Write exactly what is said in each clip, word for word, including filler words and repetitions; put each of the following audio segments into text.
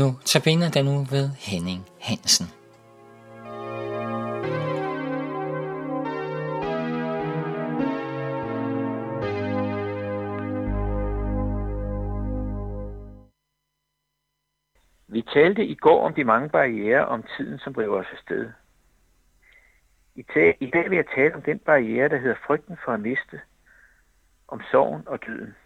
Notabene den nu ved Henning Hansen. Vi talte i går om de mange barrierer om tiden, som driver os afsted. I, ta- I dag vil jeg tale om den barriere, der hedder frygten for at miste, om sorgen og døden.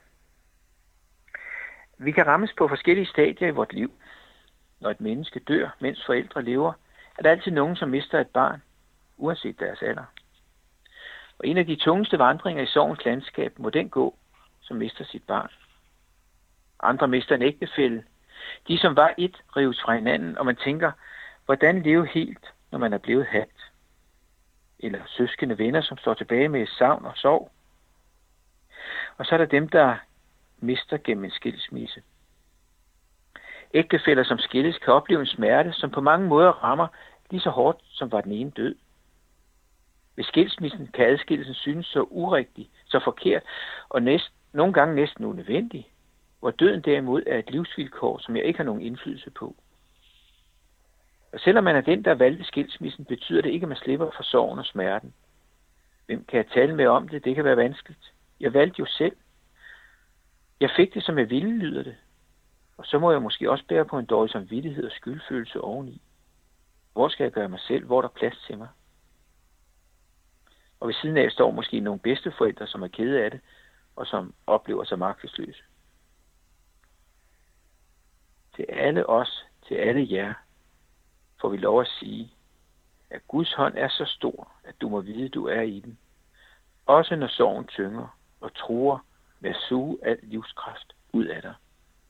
Vi kan rammes på forskellige stadier i vort liv. Når et menneske dør, mens forældre lever, er der altid nogen, som mister et barn, uanset deres alder. Og en af de tungeste vandringer i sorgens landskab må den gå, som mister sit barn. Andre mister en ægtefælle. De, som var et, rives fra hinanden, og man tænker, hvordan leve helt, når man er blevet hat? Eller søskende venner, som står tilbage med savn og sorg. Og så er der dem, der mister gennem en skilsmisse. Ægtefæller, som skilles, kan opleve en smerte, som på mange måder rammer lige så hårdt, som var den ene død. Ved skilsmissen kan adskillelsen synes så urigtig, så forkert, og næst, nogle gange næsten unødvendig, hvor døden derimod er et livsvilkår, som jeg ikke har nogen indflydelse på. Og selvom man er den, der valgte skilsmissen, betyder det ikke, at man slipper for sorgen og smerten. Hvem kan jeg tale med om det? Det kan være vanskeligt. Jeg valgte jo selv. Jeg fik det, som jeg ville, lyder det. Og så må jeg måske også bære på en dårlig samvittighed og skyldfølelse oveni. Hvor skal jeg gøre mig selv? Hvor er der plads til mig? Og ved siden af står måske nogle bedsteforældre, som er kede af det, og som oplever sig magtesløse. Til alle os, til alle jer, får vi lov at sige, at Guds hånd er så stor, at du må vide, at du er i den. Også når sorgen tynger og truer med at suge al livskraft ud af dig.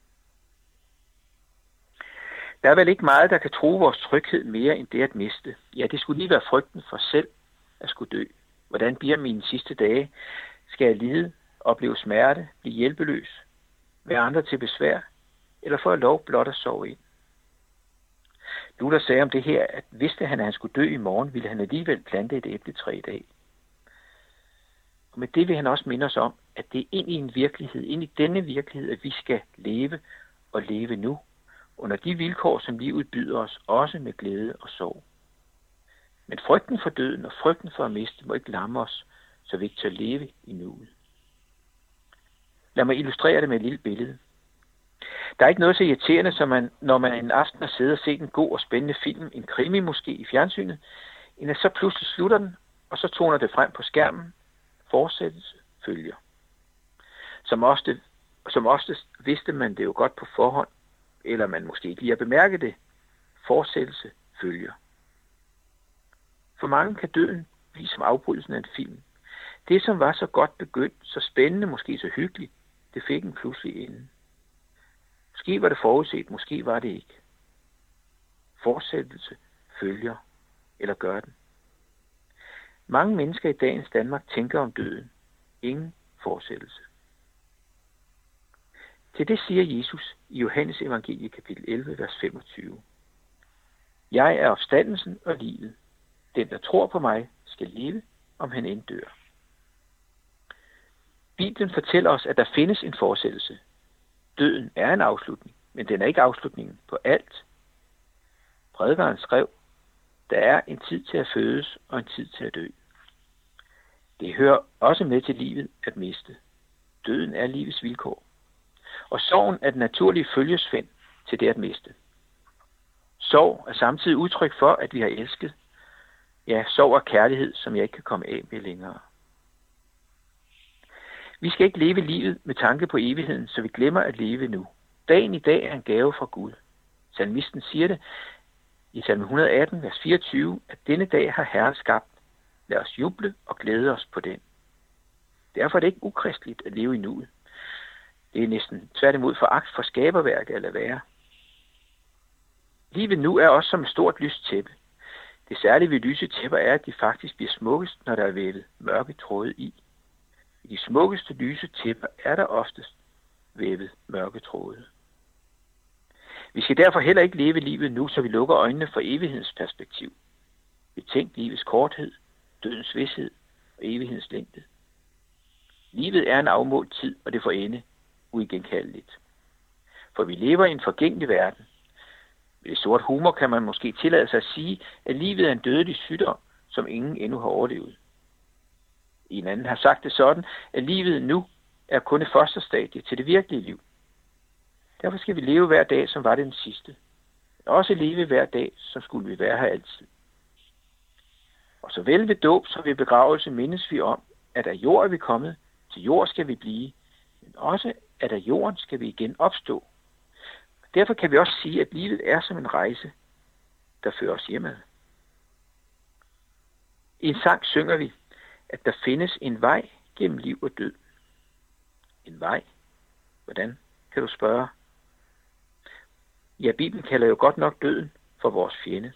Der er vel ikke meget, der kan true vores tryghed mere end det at miste. Ja, det skulle lige være frygten for selv at skulle dø. Hvordan bliver mine sidste dage? Skal jeg lide, opleve smerte, blive hjælpeløs, være andre til besvær, eller få lov blot at sove ind? Luther sagde om det her, at vidste han, at han skulle dø i morgen, ville han alligevel plante et æbletræ i dag. Og med det vil han også minde os om, at det er ind i en virkelighed, ind i denne virkelighed, at vi skal leve og leve nu, under de vilkår, som livet byder os, også med glæde og sorg. Men frygten for døden og frygten for at miste må ikke lamme os, så vi ikke tør leve i nuet. Lad mig illustrere det med et lille billede. Der er ikke noget så irriterende, som man, når man en aften har siddet og set en god og spændende film, en krimi måske i fjernsynet, end at så pludselig slutter den, og så toner det frem på skærmen. Fortsættelse følger. Som, ofte, som oftest vidste man det jo godt på forhånd, eller man måske ikke lige har bemærket det. Fortsættelse følger. For mange kan døden blive som afbrydelsen af en film. Det, som var så godt begyndt, så spændende, måske så hyggeligt, det fik en pludselig ende. Måske var det forudset, måske var det ikke. Fortsættelse følger, eller gør den. Mange mennesker i dagens Danmark tænker om døden. Ingen fortsættelse. Til det siger Jesus i Johannes evangelie kapitel elleve, vers femogtyve. Jeg er opstandelsen og livet. Den, der tror på mig, skal leve, om han end dør. Bibelen fortæller os, at der findes en fortsættelse. Døden er en afslutning, men den er ikke afslutningen på alt. Prædikeren skrev, der er en tid til at fødes og en tid til at dø. Det hører også med til livet at miste. Døden er livets vilkår. Og sorgen er den naturlige følgesvend til det at miste. Sorg er samtidig udtryk for, at vi har elsket. Ja, sorg er kærlighed, som jeg ikke kan komme af med længere. Vi skal ikke leve livet med tanke på evigheden, så vi glemmer at leve nu. Dagen i dag er en gave fra Gud. Salmisten siger det i salme et hundrede og atten, vers fireogtyve, at denne dag har Herren skabt. Lad os juble og glæde os på den. Derfor er det ikke ukristeligt at leve i nuet. Det er næsten tværtimod foragt for skaberværket at lade være. Livet nu er også som et stort lyst tæppe. Det særlige ved lyse tæpper er, at de faktisk bliver smukkest, når der er vævet mørke tråde i. I de smukkeste lyse tæpper er der oftest vævet mørke tråde. Vi skal derfor heller ikke leve livet nu, så vi lukker øjnene for evighedens perspektiv. Betænk livets korthed, dødens vidshed og evighedens længde. Livet er en afmålt tid, og det får ende uigenkaldeligt. For vi lever i en forgængelig verden, Med sort humor kan man måske tillade sig at sige, at livet er en dødelig sygdom, som ingen endnu har overlevet. En anden har sagt det sådan, at livet nu er kun et første stadie til det virkelige liv. Derfor skal vi leve hver dag, som var det den sidste. Men også leve hver dag, som skulle vi være her altid. Og så vel ved dåb, som ved begravelse, mindes vi om, at af jord er vi kommet, til jord skal vi blive, men også at af jorden skal vi igen opstå. Derfor kan vi også sige, at livet er som en rejse, der fører os hjemad. I en sang synger vi, at der findes en vej gennem liv og død. En vej? Hvordan, kan du spørge? Ja, Bibelen kalder jo godt nok døden for vores fjende.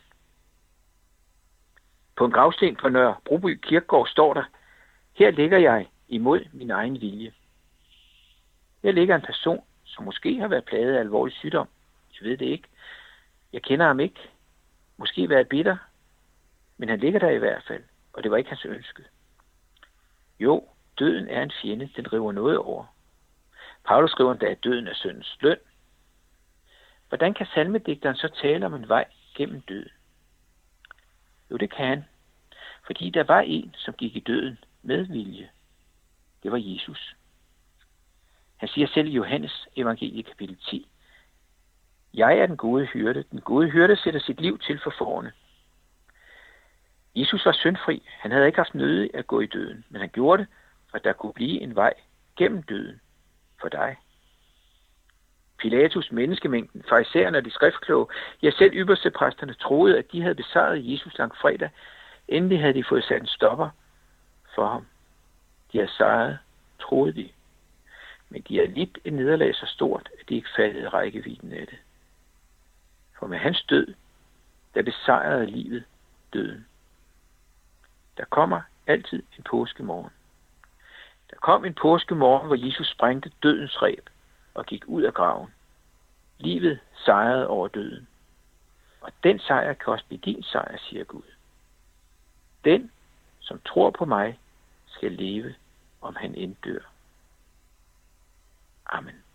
På en gravsten på Nørre Broby Kirkegård står der, her ligger jeg imod min egen vilje. Her ligger en person, som måske har været plaget af alvorlig sygdom. Jeg ved det ikke. Jeg kender ham ikke. Måske været bitter. Men han ligger der i hvert fald, og det var ikke hans ønske. Jo, døden er en fjende, den river noget over. Paulus skriver endda, at døden er syndens løn. Hvordan kan salmedigteren så tale om en vej gennem døden? Jo, det kan han, fordi der var en, som gik i døden med vilje. Det var Jesus. Han siger selv i Johannes evangelie kapitel ti, jeg er den gode hyrde. Den gode hyrde sætter sit liv til for fårene. Jesus var syndfri. Han havde ikke haft nødig at gå i døden, men han gjorde det, for at der kunne blive en vej gennem døden for dig. Pilatus, menneskemængden, farisæerne og de skriftkloge, ja selv ypperstepræsterne troede, at de havde besejret Jesus langfredag. Endelig havde de fået sat en stopper for ham. De havde sejret, troede de. Men de havde lidt et nederlag så stort, at de ikke faldt i rækkevidden af det. For med hans død, der besejrede livet døden. Der kommer altid en påskemorgen. Der kom en påskemorgen, hvor Jesus sprængte dødens reb og gik ud af graven. Livet sejrede over døden. Og den sejr kan også blive din sejr, siger Gud. Den, som tror på mig, skal leve, om han end dør. Amen.